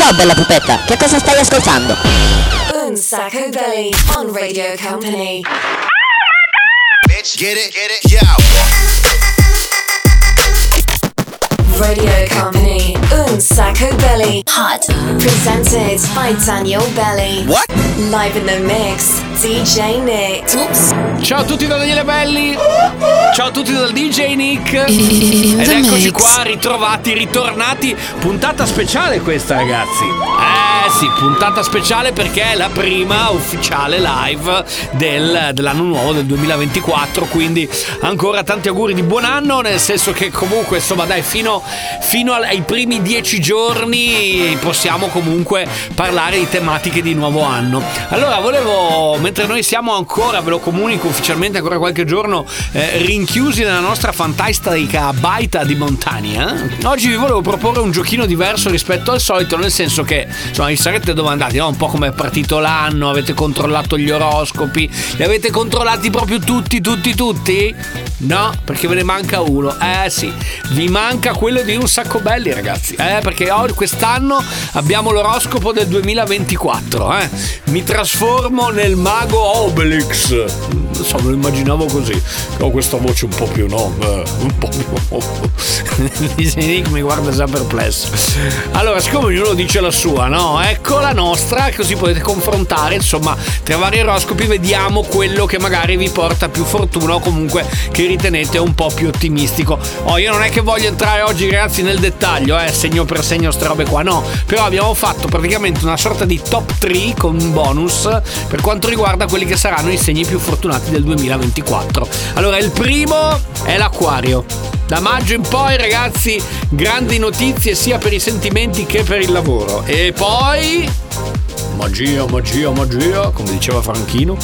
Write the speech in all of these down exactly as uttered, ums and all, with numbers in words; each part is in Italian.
Ciao bella pupetta, che cosa stai ascoltando? Un Sacco Belly on Radio Company. Bitch, get it, get it, yo. Radio Company, Un Sacco Belly. Hot. Presented by Daniel Belly. What? Live in the mix, D J Nick. Oops. Ciao a tutti da Daniele Belli. Ciao a tutti dal D J Nick. In Ed the eccoci mix. qua, ritrovati, ritornati. Puntata speciale questa, ragazzi. Eh sì, puntata speciale perché è la prima ufficiale live del, dell'anno nuovo del duemilaventiquattro. Quindi ancora tanti auguri di buon anno. Nel senso che comunque, insomma, dai, fino, fino ai primi dieci giorni possiamo comunque parlare di tematiche di nuovo anno. Allora, volevo, mentre noi siamo ancora, ve lo comunico ufficialmente, ancora qualche giorno eh, rinchiusi nella nostra fantastica baita di montagna, oggi vi volevo proporre un giochino diverso rispetto al solito, nel senso che, insomma, vi sarete domandati, no? Un po' come è partito l'anno, avete controllato gli oroscopi, li avete controllati proprio tutti, tutti, tutti? No, perché ve ne manca uno. Eh sì, vi manca quello di Un Sacco Belli, ragazzi. Eh, perché oggi, quest'anno abbiamo l'oroscopo del duemilaventiquattro, eh. Mi trasformo nel mago Obelix. Non so, me lo immaginavo così. Ho questa voce un po' più, no? Eh, un po' più. Nick mi guarda già perplesso. Allora, siccome ognuno dice la sua, no? Ecco la nostra, così potete confrontare, insomma, tra vari oroscopi, vediamo quello che magari vi porta più fortuna o comunque che ritenete un po' più ottimistico. Oh, io non è che voglio entrare oggi, ragazzi, nel dettaglio, eh, segno per segno, ste robe qua, no. Però abbiamo fatto praticamente una sorta di top tre con un bonus per quanto riguarda quelli che saranno i segni più fortunati del duemilaventiquattro. Allora, il primo è l'Acquario. Da maggio in poi, ragazzi, grandi notizie sia per i sentimenti che per il lavoro. E poi magia, magia, magia, come diceva Franchino.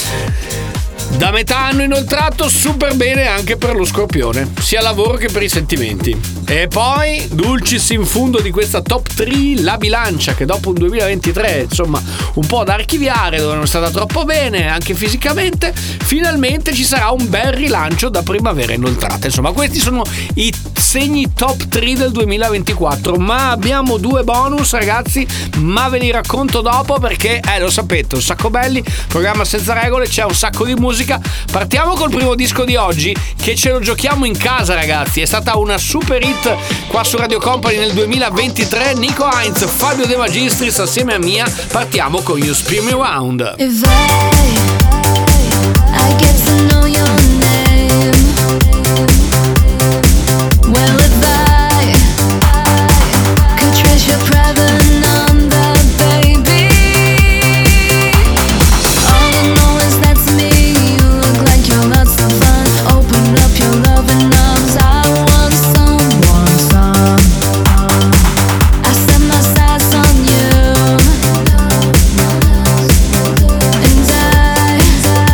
Da metà anno inoltrato super bene anche per lo Scorpione, sia lavoro che per i sentimenti. E poi, dulcis in fundo di questa top tre, la Bilancia, che dopo un duemilaventitré, insomma, un po' da archiviare, dove non è stata troppo bene anche fisicamente, finalmente ci sarà un bel rilancio da primavera inoltrata. Insomma, questi sono i segni top tre del duemilaventiquattro, ma abbiamo due bonus, ragazzi, ma ve li racconto dopo perché, eh, lo sapete, Un Sacco Belli, programma senza regole, c'è un sacco di musica. Partiamo col primo disco di oggi, che ce lo giochiamo in casa, ragazzi. È stata una super hit qua su Radio Company nel duemilaventitré. Nico Heinz, Fabio De Magistris assieme a Mia. Partiamo con You Spin Me Round. If I, I get to know your name. Well, if I, could trace your private number, baby. All I know is that's me. You look like you're lots of fun. Open up your loving arms. I want some, want some. I set my sights on you. And I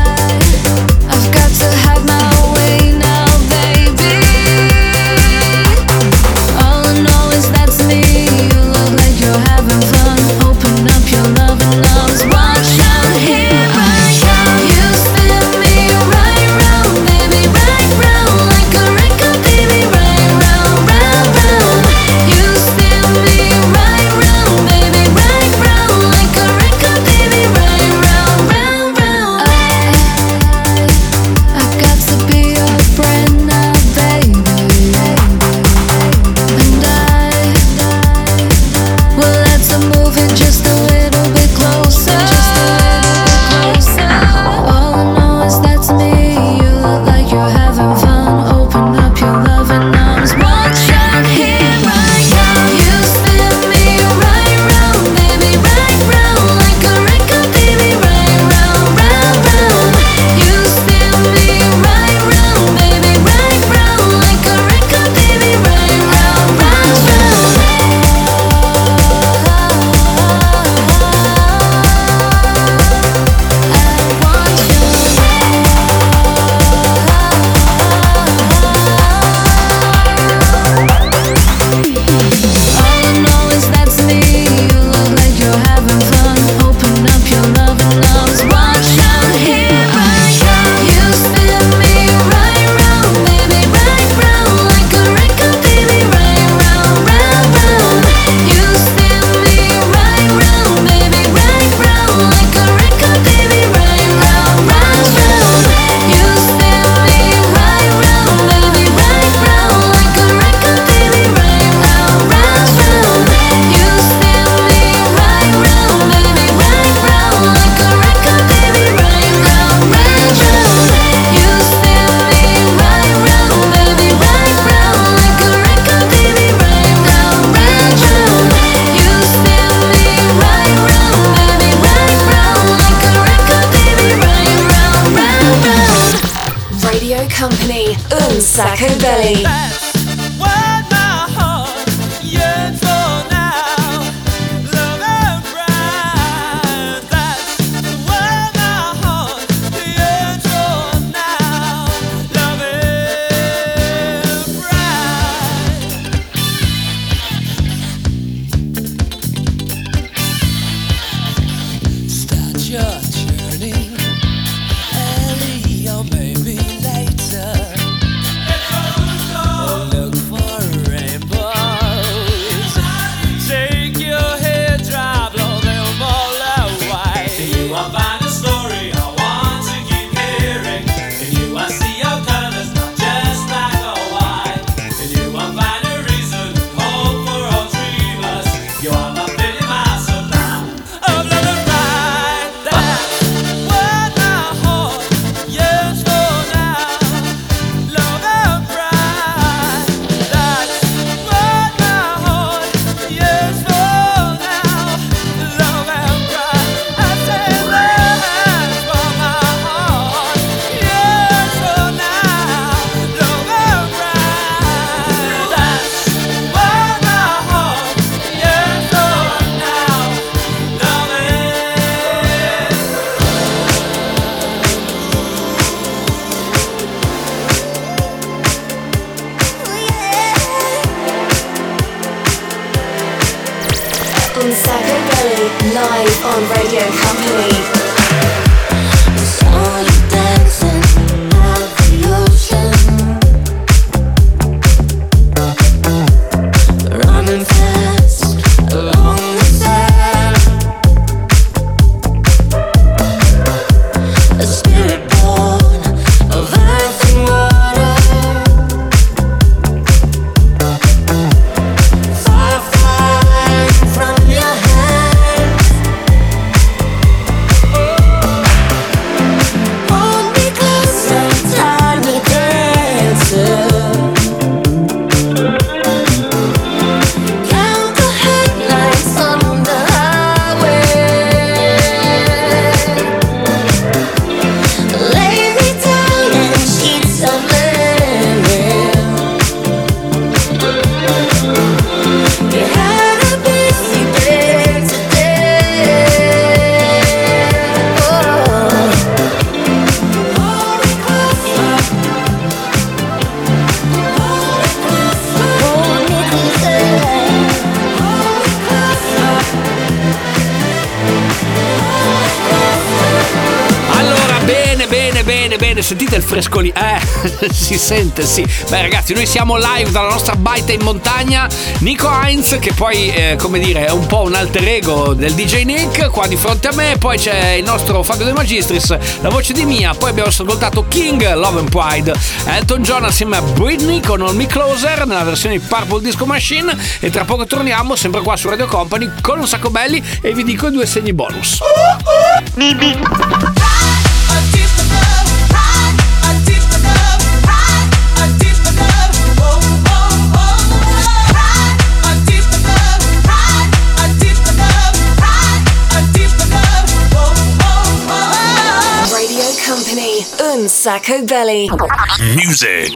Company, Un Sacco Belly. Un Sacco Belly, live on Radio Company. Saw you dancing at the ocean, running fast along the sand. A spirit born of earth and water, far flying from your hands. Hold me closer, tiny dancer. Count the headlights on the highway. Lay me down in sheets of linen. You had a busy day today. Oh, hold me closer, hold me closer, hold me closer. Allora, bene, bene, bene, bene, sentite il frescolino, eh, si sente, sì. Beh ragazzi, noi siamo live dalla nostra baita in montagna. Nico Heinz, che poi, eh, come dire, è un po' un alter ego del D J Nick, qua di fronte a me. Poi c'è il nostro Fabio De Magistris, la voce di Mia. Poi abbiamo ascoltato King, Love and Pride, Elton John assieme a Britney con Hold Me Closer nella versione di Purple Disco Machine. E tra poco torniamo sempre qua su Radio Company con Un Sacco Belli e vi dico i due segni bonus. Radio Company, Un Sacco Belly. Music.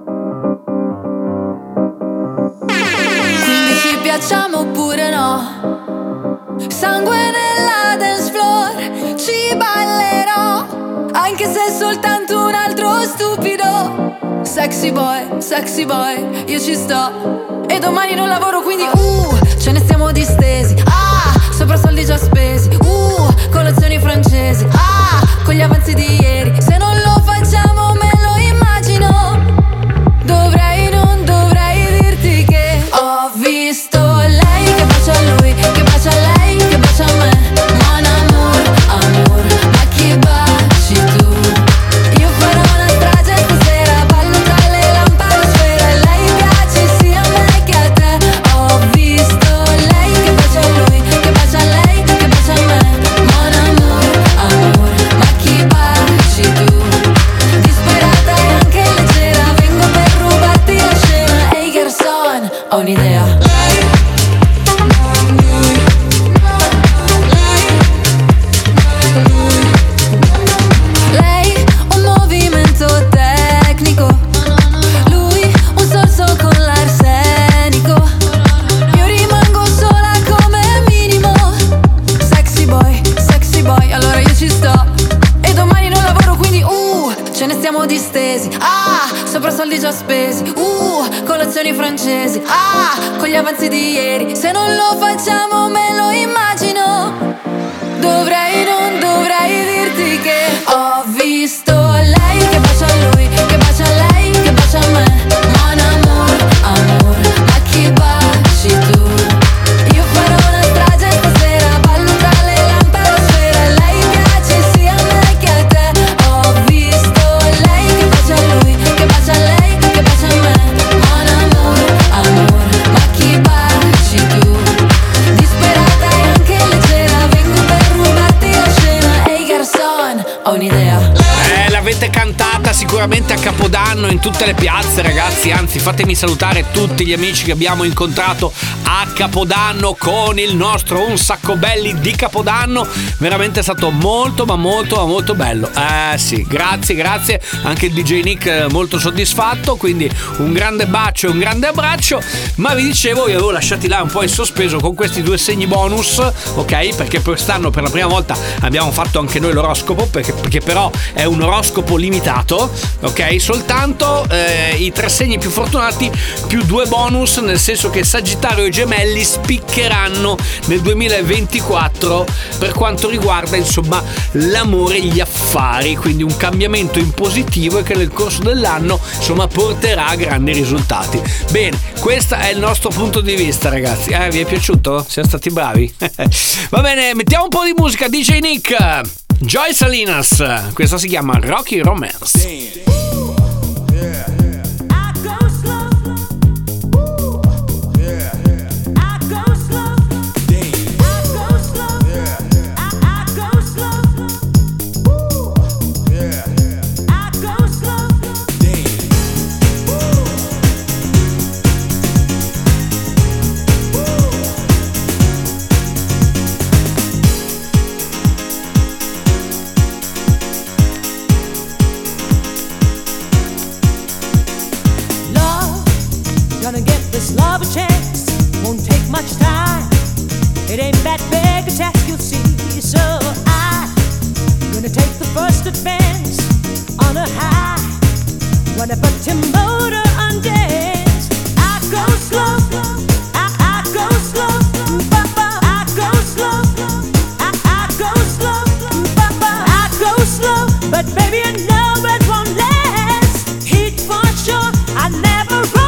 Quindi ci piacciamo oppure no? Sangue nella dance floor, ci ballerò, anche se è soltanto un altro stupido. Sexy boy, sexy boy, io ci sto. E domani non lavoro, quindi uh, ce ne stiamo distesi. Ah, sopra soldi già spesi. Uh, colazioni francesi. Ah, con gli avanzi di ieri. Se non lo facciamo me lo immagino. Dovrei, non dovrei dirti che ho visto lei che bacia a lui, che bacia a lei, che bacia a me. Mon amour, amour, ma chi baci tu? Io farò una strage stasera, ballo tra le lampadosfere. Lei piace sia a me che a te. Ho visto lei che bacia a lui, che bacia a lei, che bacia a me. Mon amour, amour, ma chi baci tu? Disperata e anche leggera, vengo per rubarti la scena. Ehi garçon, ho un'idea. Lei, un movimento tecnico, soldi già spesi. Uh, colazioni francesi. Ah, con gli avanzi di ieri. Se non lo facciamo me lo immagino. Dovrei, non dovrei dirti che ho visto lei che bacia a lui, che bacia a lei, che bacia a me. Mon amour, amor, ma chi baci tu? Io farò una strage stasera, ballo tra le lampade a sfera. Lei piace sia a me che a te. Ho visto lei che bacia a lui, che bacia a lei, che bacia a me. Mon amour, amor, ma chi baci tu? Disperata e anche leggera, vengo per rubarti la scena. Ehi garçon, ho un'idea. Eh, l'avete cantata sicuramente a Capodanno in tutte le piazze, ragazzi. Anzi, fatemi salutare tutti gli amici che abbiamo incontrato a Capodanno con il nostro Un Sacco Belli di Capodanno. Veramente è stato molto ma molto ma molto bello. Eh sì, grazie, grazie. Anche il D J Nick molto soddisfatto, quindi un grande bacio e un grande abbraccio. Ma vi dicevo, io avevo lasciati là un po' in sospeso con questi due segni bonus, ok? Perché quest'anno per la prima volta abbiamo fatto anche noi l'oroscopo, perché, perché però è un oroscopo limitato, ok? Soltanto eh, i tre segni più fortunati più due bonus, nel senso che Sagittario e Gemelli spiccheranno nel duemilaventiquattro per quanto riguarda insomma l'amore e gli affari, quindi un cambiamento in positivo e che nel corso dell'anno insomma porterà a grandi risultati. Bene, questo è il nostro punto di vista, ragazzi. Eh, vi è piaciuto? Siamo stati bravi? Va bene, mettiamo un po' di musica. D J Nick, Joy Salinas, questa si chiama Rocky Romance. Gonna give this love a chance, won't take much time. It ain't that big a task, you'll see. So I'm gonna take the first advance on a high. Wanna put your motor on dance. I go slow, I, I go slow, ba-ba. I go slow, I, I go slow, ba-ba. I go slow, but baby I know it won't last. Heat for sure, I never run.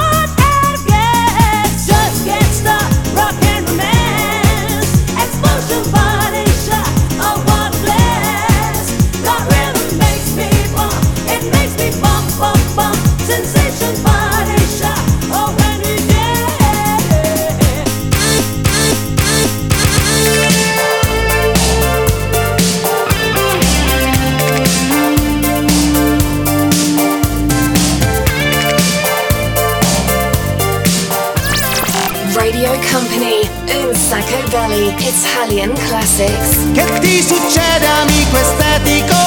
Company, Un Sacco Belly, Italian Classics. Che ti succede amico estetico?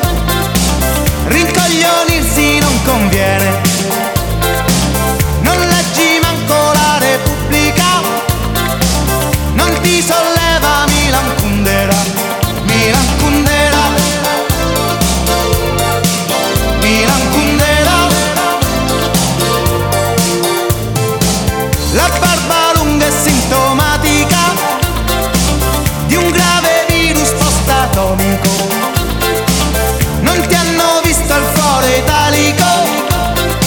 Rincoglionirsi non conviene. Non leggi manco la Repubblica. Non ti solleva Milan Kundera. Milan Kundera. Milan Kundera. La barba lunga e sintomatica di un grave virus post-atomico. Non ti hanno visto il foro italico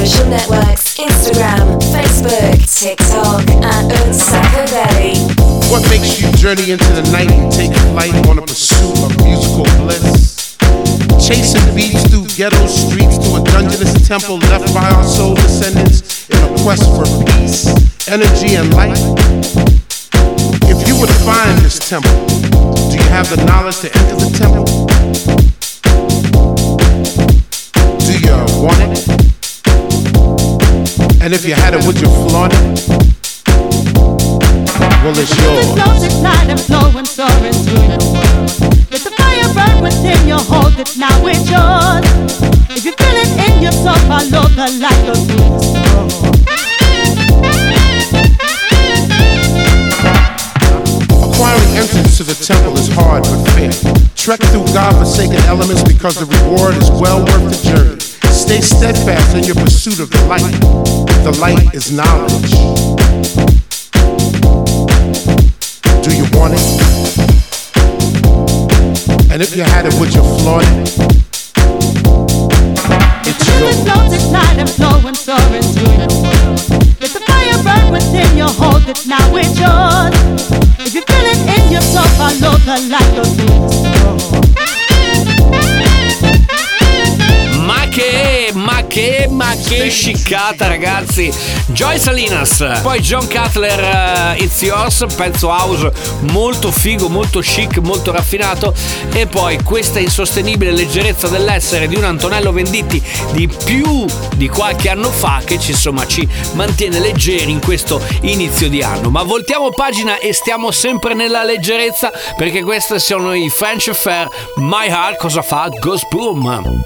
social networks, Instagram, Facebook, TikTok at Unsacabelly. What makes you journey into the night and take flight on a pursuit of musical bliss? Chasing beats through ghetto streets to a dungeonous temple left by our soul descendants in a quest for peace, energy, and light. If you were to find this temple, do you have the knowledge to enter the temple? Do you want it? And if you had it, would you flaunt it? Well, it's yours. Flows at night and flowing, soaring through your world. Let the fire burn within you, hold it, now it's yours. If you feel it in your soul, follow the light of the Acquiring entrance to the temple is hard but fair. Trek through God-forsaken elements because the reward is well worth the journey. Stay steadfast in your pursuit of the light. The light is knowledge. Do you want it? And if you had it, would you flaunt it? It's yours. It flows at night and flowing, soaring through your world. Let the fire burn within you, hold it, now it's yours. If you feel it in your soul, follow the light of the Ma che, ma che, ma che sciccata, ragazzi. Joy Salinas, poi John Cutler, uh, It's Yours, pezzo house molto figo, molto chic, molto raffinato. E poi questa insostenibile leggerezza dell'essere di un Antonello Venditti di più di qualche anno fa, che ci, insomma, ci mantiene leggeri in questo inizio di anno. Ma voltiamo pagina e stiamo sempre nella leggerezza, perché questi sono i French Affair. My Heart cosa fa? Goes boom.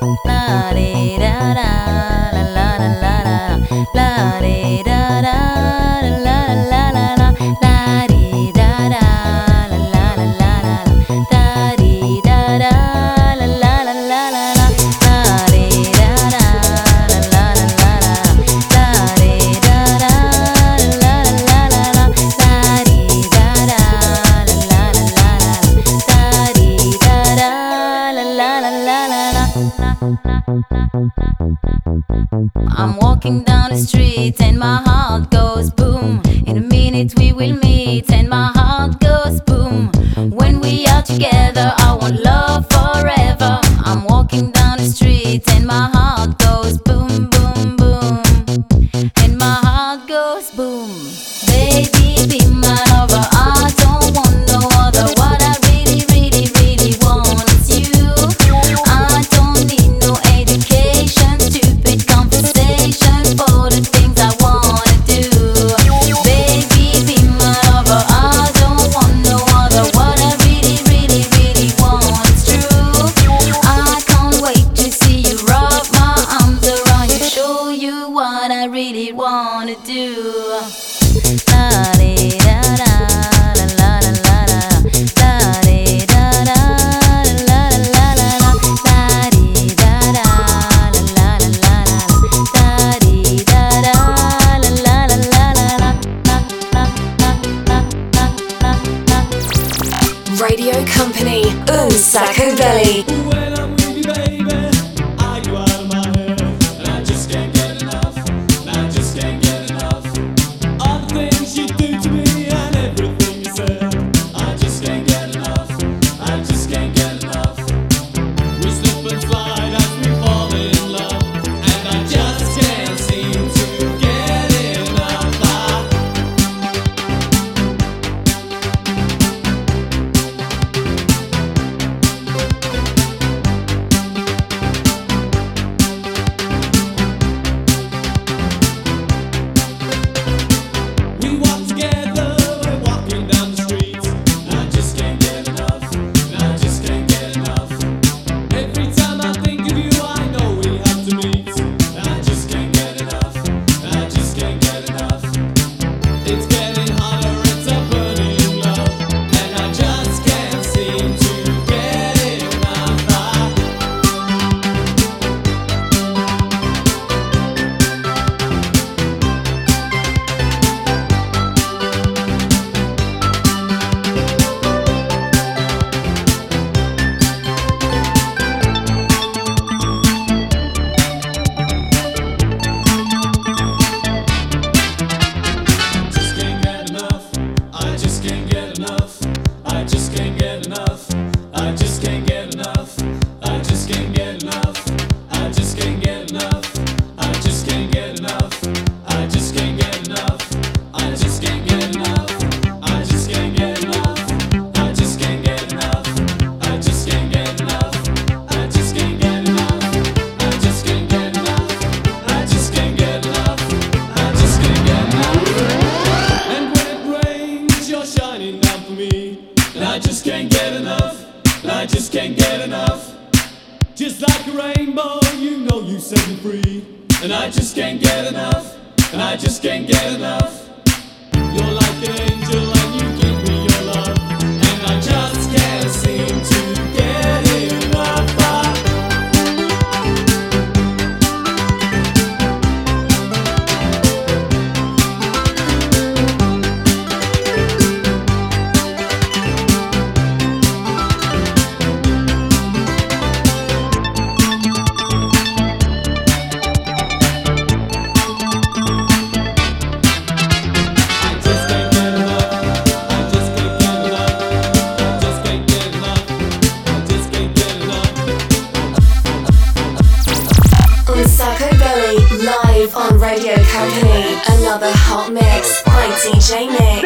I'm walking down the street and my heart goes boom. In a minute we will meet and my heart goes boom. When we are together I want love forever. I'm walking down the street and my heart goes boom, boom, boom. And my heart goes boom. Baby, be my lover, I don't want no other. What I really, really, really want is you. I don't need no education, stupid conversations for the things I wanna do. Baby, be my lover, I don't want no other. What I really, really, really want is true. I can't wait to see you wrap my arms around you, show you what I really wanna do. La di da da, la la la la la, la di da da, la la la la la, la di da da, la la la la la, la di da da, la la la la la, la la la la. Radio Company, Unsacabelly. When I'm with you, baby, are you out of my head? And I just can't get enough. And I just can't get enough. All the things you do to me and everything you said. I just can't get enough. I just can't get enough. We slip and slide as we fall in love, and I just can't seem to get enough. I you set me free. And I just can't get enough, and I just can't get enough. You're like an angel and you give me your love, and I just can't seem to get enough. On Radio Company, another hot mix by D J Nick.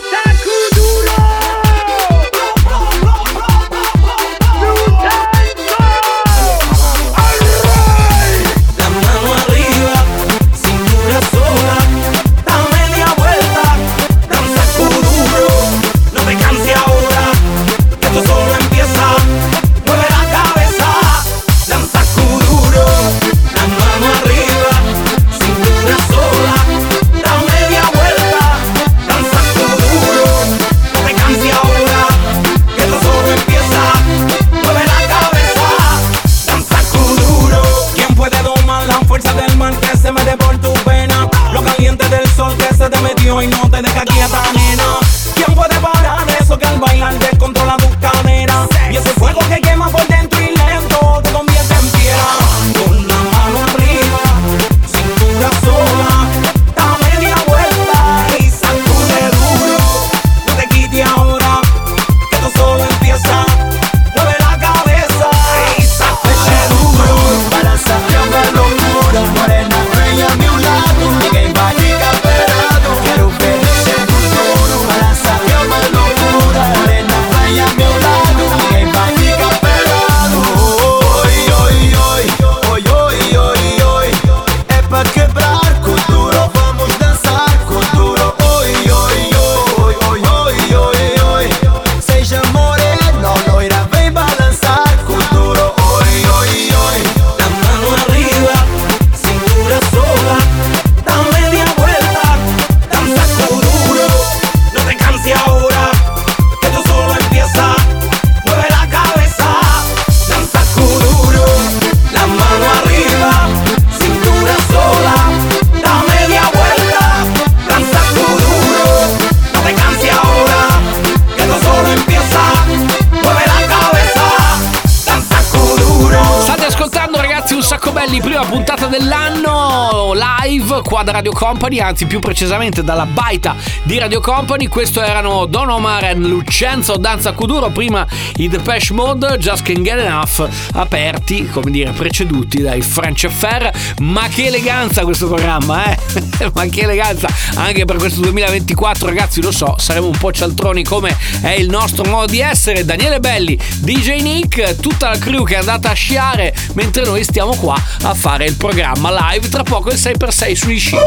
La mano arriba, cintura sola, da media vuelta, danza duro, no te canses ahora, que esto solo empieza, mueve la cabeza, danza duro, la mano arriba. Cintura sola, da media vuelta, danza duro, no te canses ahora, que esto solo empieza, mueve la cabeza, danza duro. ¿Quién puede domar la fuerza del mar que se mete por tu vena? Lo caliente del sol que se te metió y no te deja quieta, nena. ¿Quién puede parar eso que al bailar descontrola tus caderas? Y ese fuego que quema por dentro y lento te convierte en piedra. Con la mano arriba, cintura sola, da media vuelta y sacude duro. No te quites ahora, que esto solo empieza. Mueve la cabeza y sacude duro. Para sacarme locura, morena, bella a mi lado. Ninguém vai ficar parado. Quero ver esse futuro. Para sacarme locura, morena, bella a mi lado. Ninguém vai ficar parado. Oi, oi, oi, oi, oi, oi, oi. É pra quebrar com duro, vamos dançar com duro. Oi, oi, oi, oi, oi, oi, oi. Seja morena, loira, vem balançar com duro. Oi, oi, oi. La mano arriba, cintura sola, da media vuelta, danza duro. No te canses ahora, que esto solo empieza. Mueve la cabeza, danza duro. La mano arriba, cintura sola, da media vuelta, danza duro. No te canses ahora, que esto solo empieza. Mueve la cabeza, danza duro. State ascoltando, ragazzi, Un Sacco Belli, prima puntata dell'anno live qua da Radio Company, anzi più precisamente dalla baita di Radio Company. Questo erano Don Omar e Lucenzo, Danza Kuduro, prima i Depeche Mode, Just Can't Get Enough, aperti, come dire, preceduti dai French Affair. Ma che eleganza questo programma, eh? Ma che eleganza anche per questo duemilaventiquattro, ragazzi, lo so, saremo un po' cialtroni come è il nostro modo di essere. Daniele Belli, D J Nick, tutta la crew che è andata a sciare mentre noi stiamo qua a fare il programma live. Tra poco il sei per sei sugli sci.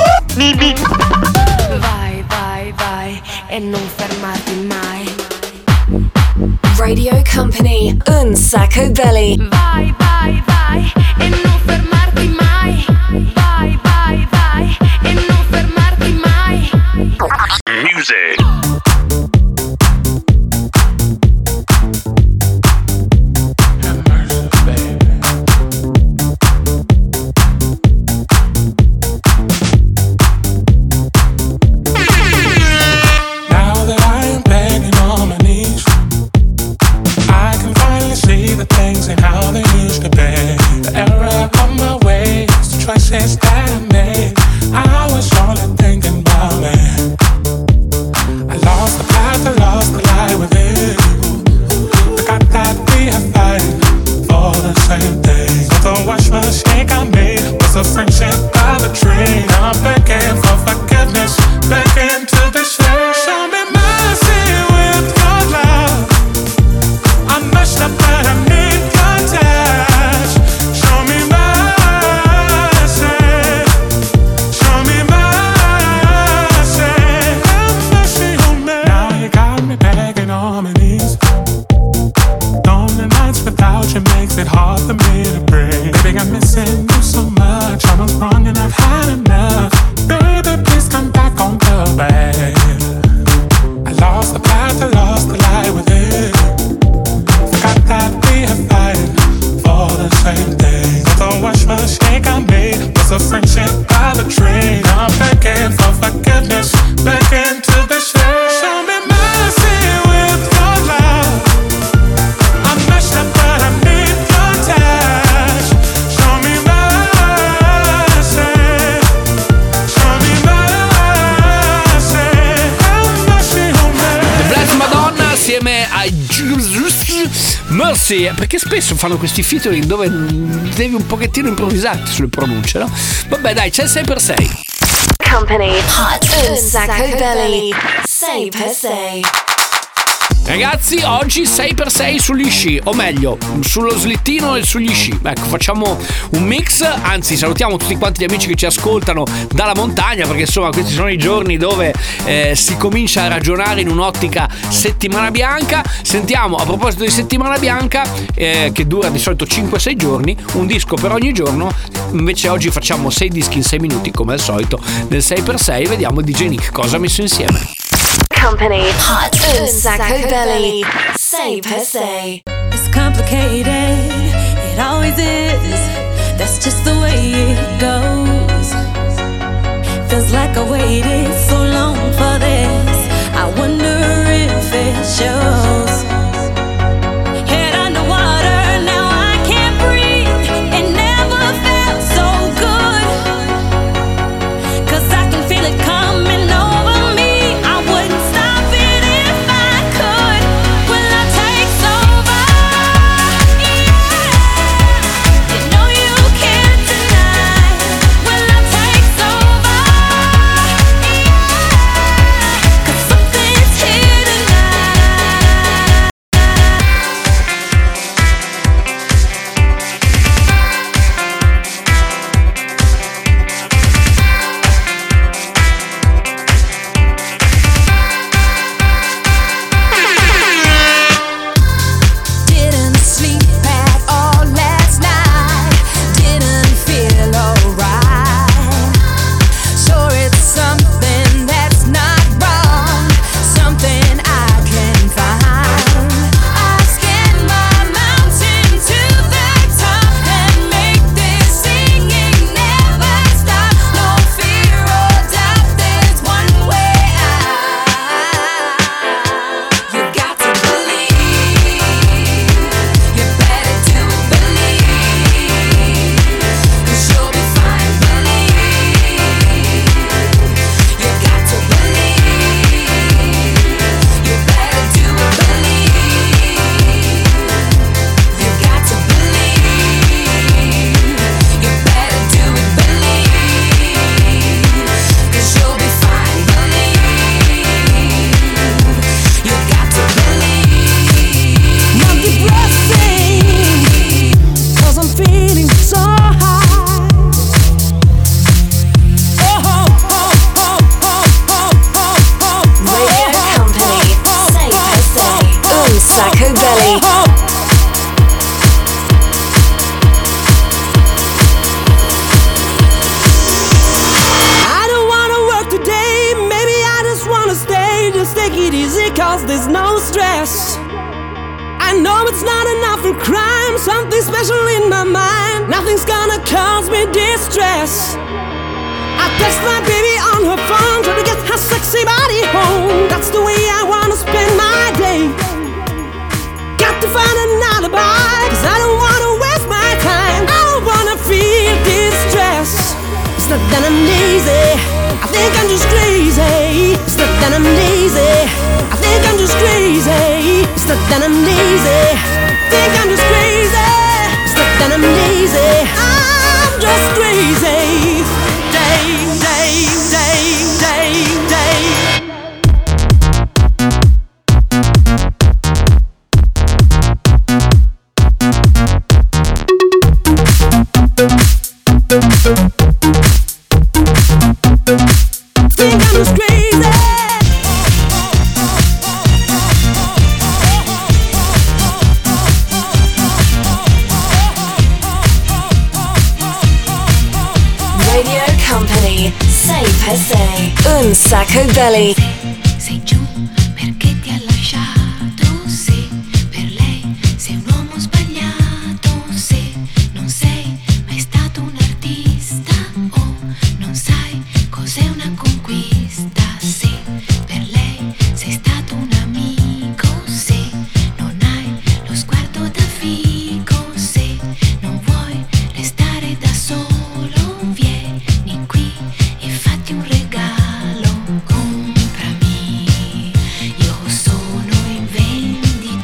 Vai, vai, vai e non fermarti mai. Radio Company, Un Sacco Belly. Vai, vai, vai e non fermarti mai. Vai, vai, vai e non fermarti mai. Music. Now that I am begging on my knees, I can finally see the things and how they used to be. The era I Mercy, perché spesso fanno questi featuring dove devi un pochettino improvvisarti sulle pronunce, no? Vabbè dai, c'è il sei per sei. Company Hot un sacco belly sei per sei. Ragazzi, oggi sei per sei sugli sci, o meglio, sullo slittino e sugli sci. Ecco, facciamo un mix, anzi salutiamo tutti quanti gli amici che ci ascoltano dalla montagna, perché insomma questi sono i giorni dove eh, si comincia a ragionare in un'ottica settimana bianca. Sentiamo, a proposito di settimana bianca, eh, che dura di solito cinque sei giorni, un disco per ogni giorno, invece oggi facciamo sei dischi in sei minuti come al solito nel sei per sei, vediamo il D J Nick cosa ha messo insieme. Company Hot un sacco belly sei per sei. It's complicated, it always is. That's just the way it goes. Feels like I waited so long for this. I wonder if it shows. Head underwater, now I can't breathe. It never felt so good. 'Cause I can feel it coming over me. I wouldn't stop it if I could. Will I take over? Yeah. You know you can't deny. Will I take over? Yeah. 'Cause something's here tonight. Didn't sleep at all last night. Didn't feel alright. Sure, it's something that's not wrong. Something I can find. I scaled my mountain to the top and make this singing never stop. No fear or doubt, there's one way out. You got to believe. You better do believe. 'Cause you'll be fine, believe. You got to believe. You better do believe. You got to believe. You better do it, believe. 'Cause you'll be fine, believe. You got to believe. Not depressing, 'cause I'm feeling so high. Oh, oh, oh, oh, oh, oh, oh, Radio Company sei per sei un sacco belly. I don't wanna work today, maybe I just wanna stay. Just take it easy, 'cause there's no stress. I know it's not enough for crime, something special in my mind. Nothing's gonna cause me distress. I text my baby on her phone, trying to get her sexy body home. That's the way I wanna spend my day. Got to find an alibi, 'cause I don't wanna waste my time. I don't wanna feel distress. It's not that I'm lazy, I think I'm just crazy. It's not that I'm lazy, I think I'm just crazy. It's not that I'm lazy, I think I'm just crazy. It's not that I'm lazy, I'm just crazy. Day, day, day, day, day. Think I'm just crazy. Radio Company sei per sei un sacco belly. Sei giù perché ti ha lasciato, se per lei sei un uomo sbagliato, se non sei mai stato un artista o non sai cos'è una conquista, se per lei sei stato un amico, se non hai lo sguardo da figo, se non vuoi restare da solo, vieni qui e fatti un regalo, comprami. Io sono in vendita.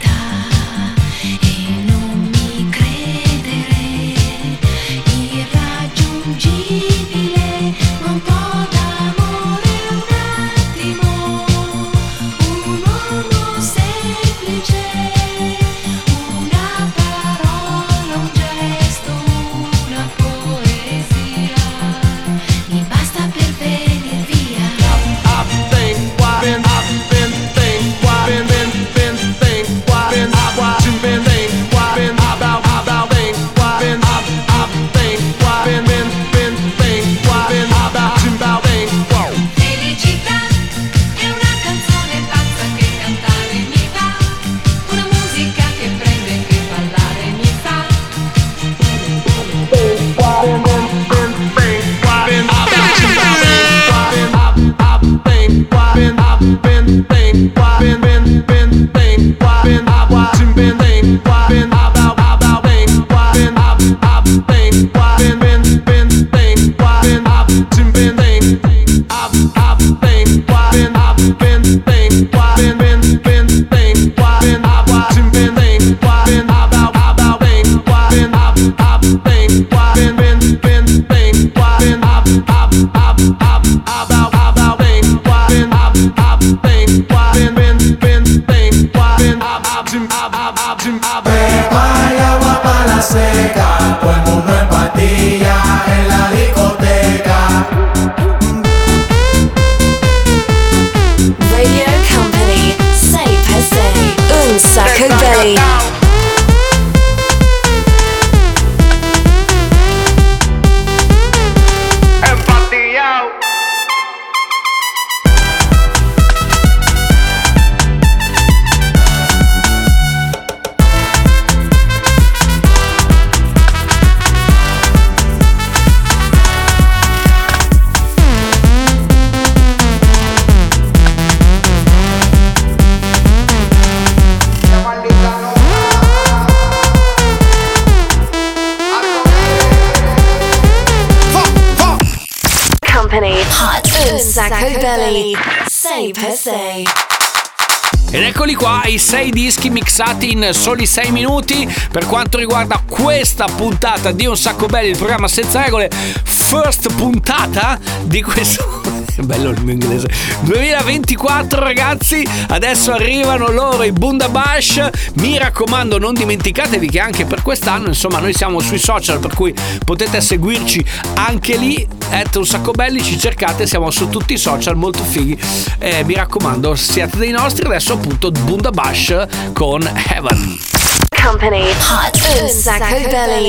Company. Hot un sacco belli. sei per sei. Ed eccoli qua, i sei dischi mixati in soli sei minuti per quanto riguarda questa puntata di Un Sacco Belli, il programma senza regole, first puntata di questo... bello il mio inglese, duemilaventiquattro ragazzi. Adesso arrivano loro, i Bundabash. Mi raccomando, non dimenticatevi che anche per quest'anno, insomma, noi siamo sui social, per cui potete seguirci anche lì, at Un Sacco Belli, ci cercate, siamo su tutti i social, molto fighi. Eh, mi raccomando, siate dei nostri. Adesso appunto Bundabash con Heaven Company. Hot un sacco belli.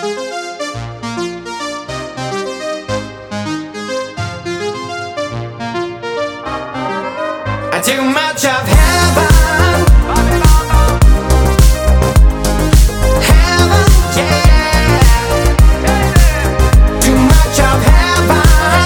Too much of heaven, heaven, yeah. Too much of heaven,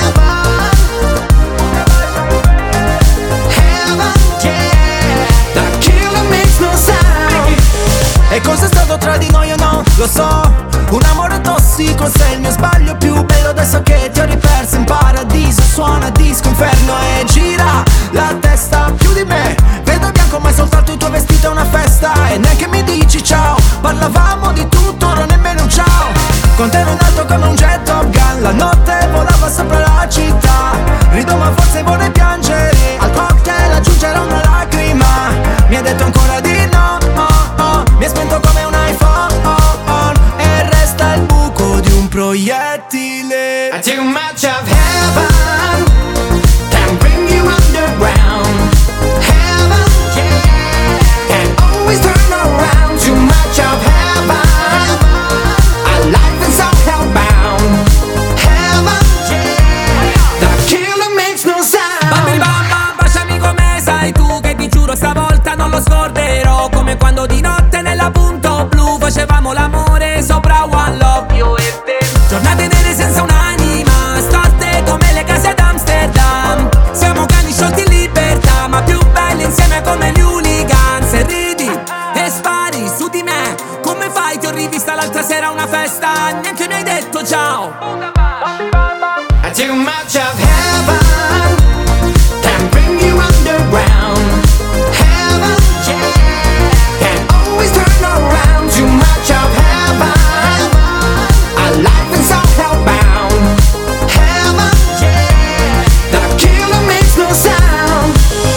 heaven, yeah. The killer makes no sound. E cos'è stato tra di noi o no? Lo so, un amore tossico, sei il mio sbaglio più bello. Adesso che ti ho riperso in paradiso, suona disco inferno e gira la testa più di me. Vedo bianco ma è soltanto il tuo vestito è una festa. E neanche mi dici ciao, parlavamo di tutto, ora nemmeno un ciao. Con te ero in alto come un jet Top Gun, la notte volava sopra la città. Rido ma forse vorrei piangere, al cocktail aggiungerò una lacrima. Mi ha detto ancora di no, oh, oh. Mi ha spento come un iPhone, oh, oh. E resta il buco di un proiettile. Too much of heaven can bring you underground. Heaven, yeah, can always turn around. Too much of heaven, our life is so hellbound. Heaven, yeah, the killer makes no sound. Bambini bamba, baciami come sai tu, che ti giuro stavolta non lo scorderò. Come quando di notte nella punto blu facevamo l'amore sopra One Love, io e te. Giornate nere senza un'anima, storte come le case ad Amsterdam. Siamo cani sciolti in libertà, ma più belli insieme come gli hooligans. E ridi e spari su di me, come fai? Ti ho rivista l'altra sera a una festa, neanche mi hai detto ciao. Too much of heaven can bring you underground. Heaven, yeah, can always turn around. Too much of heaven, our life is so hellbound. Heaven, yeah, the killer makes no sound.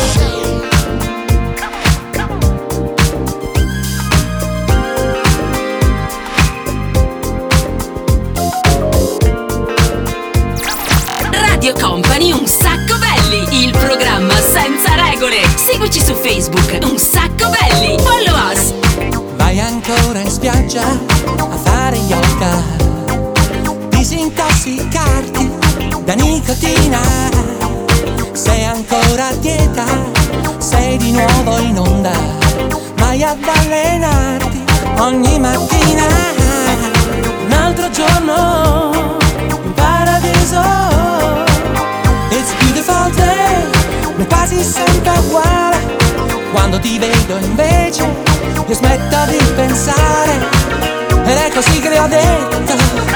Radio Company Un Sacco Belli, il programma senza regole. Seguici su Facebook, Un Sacco Belli. Follow us. Vai ancora in spiaggia a fare yoga, disintossicarti da nicotina. Sei ancora a dieta, sei di nuovo in onda, vai ad allenarti ogni mattina. Un altro giorno in paradiso. It's a beautiful day, ma quasi sempre uguale. Quando ti vedo invece io smetto di pensare, ed è così che le ho detto.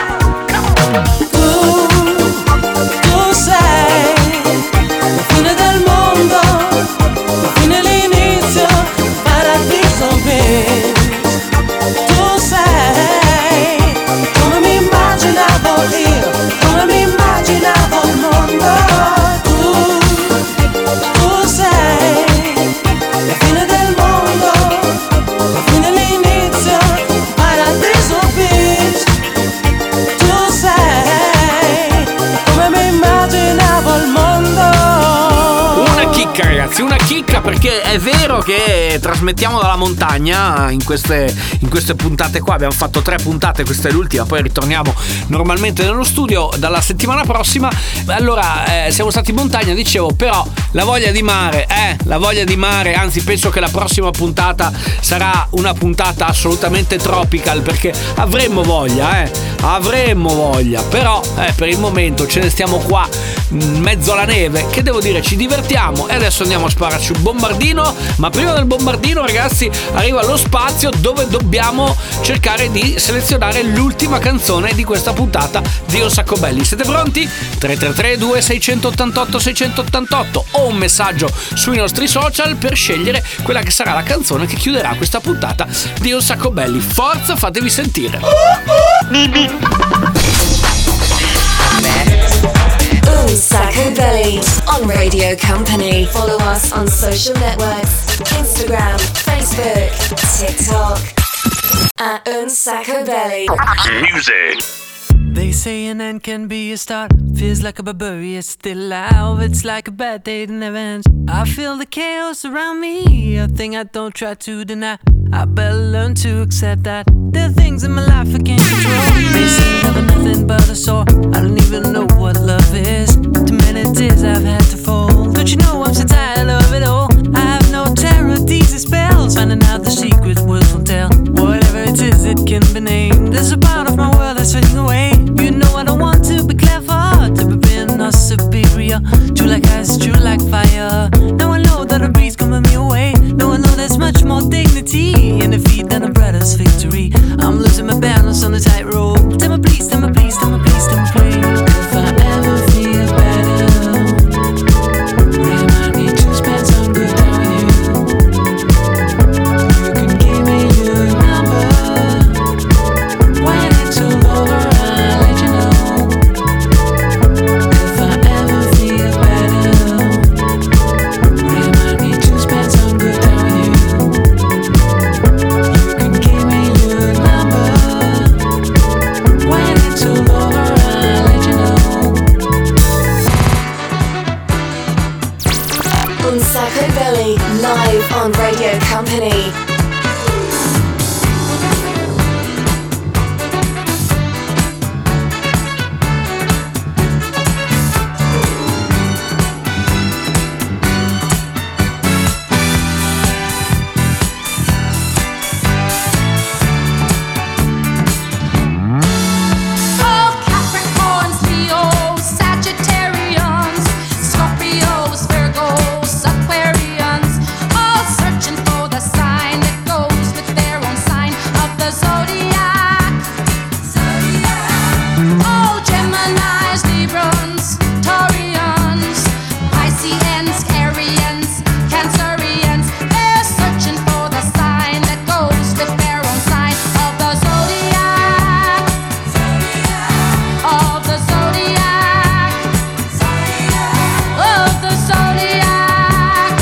Tu, tu sei la fine del mondo, la fine e l'inizio, paradiso per. Tu sei come mi immaginavo io, come mi immaginavo il mondo. Tu, tu sei la fine del mondo, la fine e l'inizio, paradiso beach. Tu sei come mi immaginavo il mondo. Una chicca ragazzi, una chicca, perché è vero che trasmettiamo dalla montagna in queste, in queste puntate qua. Abbiamo fatto tre puntate, questa è l'ultima, poi ritorniamo normalmente nello studio dalla settimana prossima. Allora eh, siamo stati in montagna, dicevo, però la voglia di mare, eh, la voglia di mare, anzi penso che la prossima puntata sarà una puntata assolutamente tropical, perché avremmo voglia, eh, avremmo voglia, però eh, per il momento ce ne stiamo qua in mezzo alla neve, che devo dire ci divertiamo, e adesso andiamo a spararci un bombardino, ma prima del bombardino ragazzi arriva lo spazio dove dobbiamo cercare di selezionare l'ultima canzone di questa puntata di Un Sacco Belli. Siete pronti? tre tre tre due sei otto otto sei otto otto o un messaggio sui nostri social per scegliere quella che sarà la canzone che chiuderà questa puntata di Un Sacco Belli. Forza, fatevi sentire. Un Sacco Belly on Radio Company. Follow us on social networks: Instagram, Facebook, TikTok at Un Sacco Belly. Music. They say an end can be a start. Feels like a barbarian still alive. It's like a bad day that never ends. I feel the chaos around me, a thing I don't try to deny. I better learn to accept that there are things in my life I can't control. They say never nothing but a sore. I don't even know what love is. Too many tears I've had to fold. Don't you know I'm so tired of it all? I have no terror, these are spells. Finding out the secret words won't tell. Whatever it is, it can be named. There's a part of my world that's fading away. You know I don't want to be clever, to be being or superior. True like ice, true like fire. Now I know that a breeze coming me away. Now I know there's much more dignity in defeat than a brother's victory. I'm losing my balance on the tightrope. Tell me please, tell me please, tell me please, tell me please. If I ever feel better, remind me to spend some good time with you. You can give me your number. When it's all over, I'll let you know. If I ever feel better, remind me to spend some good time with you. You can give me your number. When it's all over, I'll let you know. Un Sacco Belly live on Radio Company. Oh, Capricorns, Leos, Sagittarians, Scorpios, Virgos, Aquarians, all searching for the sign that goes with their own sign of the zodiac. Oh, Geminis, Librans, Taurians, Pisceans, Arians, Cancerians, they're searching for the sign that goes with their own sign of the zodiac. Of the zodiac, of the zodiac.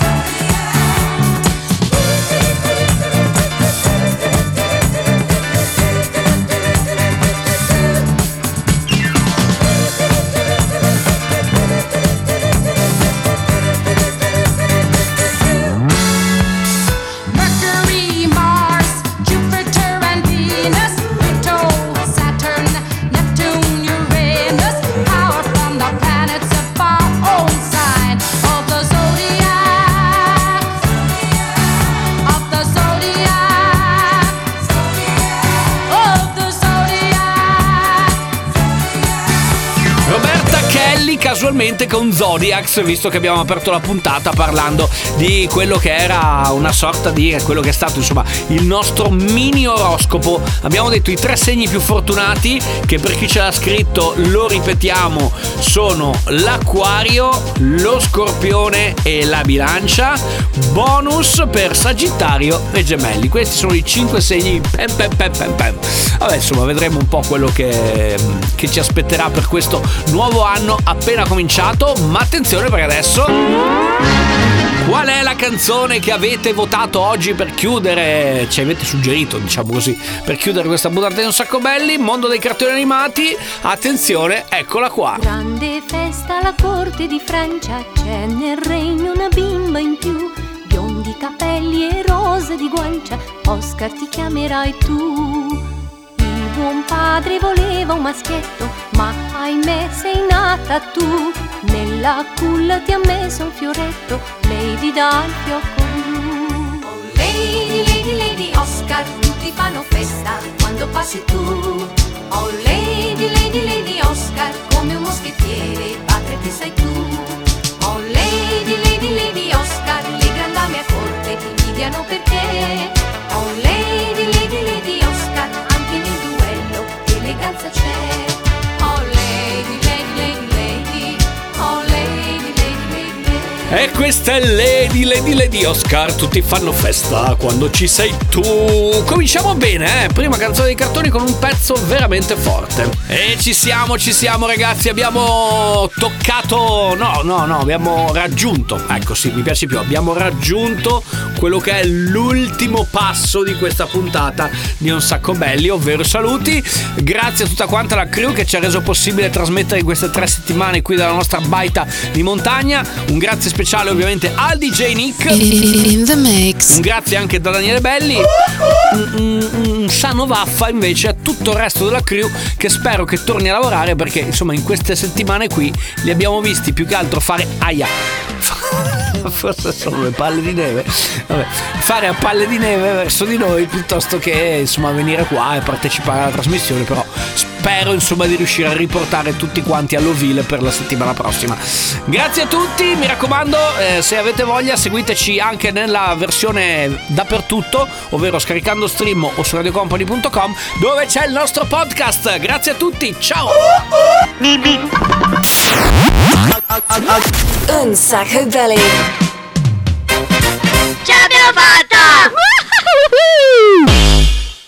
Mercury, Mars, Jupiter and Venus, Pluto, Saturn, Neptune, Uranus, power from the planets of our own sign of the zodiac, of the zodiac, of the zodiac. Roberta Kelly casualmente con Zodiacs, visto che abbiamo aperto la puntata parlando di quello che era una sorta di quello che è stato insomma il nostro mini oroscopo. Abbiamo detto i tre segni più fortunati, che per chi ce l'ha scritto lo ripetiamo sono l'Acquario, lo Scorpione e la Bilancia. Bonus per Sagittario e Gemelli. Questi sono i cinque segni pem pem pem pem pem. Vabbè, insomma, vedremo un po' quello che, che ci aspetterà per questo nuovo anno appena cominciato. Ma attenzione, perché adesso qual è la canzone che avete votato oggi per chiudere, ci avete suggerito, diciamo così, per chiudere questa puntata di Un Sacco Belli, mondo dei cartoni animati? Attenzione, eccola qua. Grande festa alla corte di Francia, c'è nel regno una bimba in più, biondi capelli e rose di guancia, Oscar ti chiamerai tu. Il buon padre voleva un maschietto, ma ahimè sei nata tu. Nella culla ti ha messo un fioretto, Lady dal fiocco blu. Oh Lady, Lady, Lady Oscar, tutti fanno festa quando passi tu. Oh Lady, Lady, Lady Oscar, come un moschettiere, padre ti sei tu. Oh Lady, Lady, Lady Oscar, le gran dame a corte ti invidiano per te. Oh Lady, Lady, Lady Oscar, anche nel duello eleganza c'è. Oh Lady, Lady, Lady, Lady, oh Lady, Lady, Lady, Lady. E questa è Lady, Lady, Lady Oscar, tutti fanno festa quando ci sei tu. Cominciamo bene, eh? Prima canzone dei cartoni con un pezzo veramente forte. E ci siamo, ci siamo ragazzi, abbiamo toccato, no, no, no, abbiamo raggiunto, ecco sì, mi piace più, abbiamo raggiunto quello che è l'ultimo passo di questa puntata di Un Sacco Belli, ovvero saluti. Grazie a tutta quanta la crew che ci ha reso possibile trasmettere queste tre settimane qui dalla nostra baita di montagna. Un grazie speciale ovviamente al D J Nick In the mix. Un grazie anche da Daniele Belli. Un, un, un sano vaffa invece a tutto il resto della crew, che spero che torni a lavorare, perché insomma in queste settimane qui li abbiamo visti più che altro fare aia forse sono le palle di neve. Vabbè, fare a palle di neve verso di noi piuttosto che insomma venire qua e partecipare alla trasmissione. Però spero insomma di riuscire a riportare tutti quanti all'ovile per la settimana prossima. Grazie a tutti, mi raccomando, eh, se avete voglia seguiteci anche nella versione dappertutto, ovvero scaricando stream o su radiocompany punto com, dove c'è il nostro podcast. Grazie a tutti, ciao. Un Sacco Belly. Ce l'abbiamo fatta!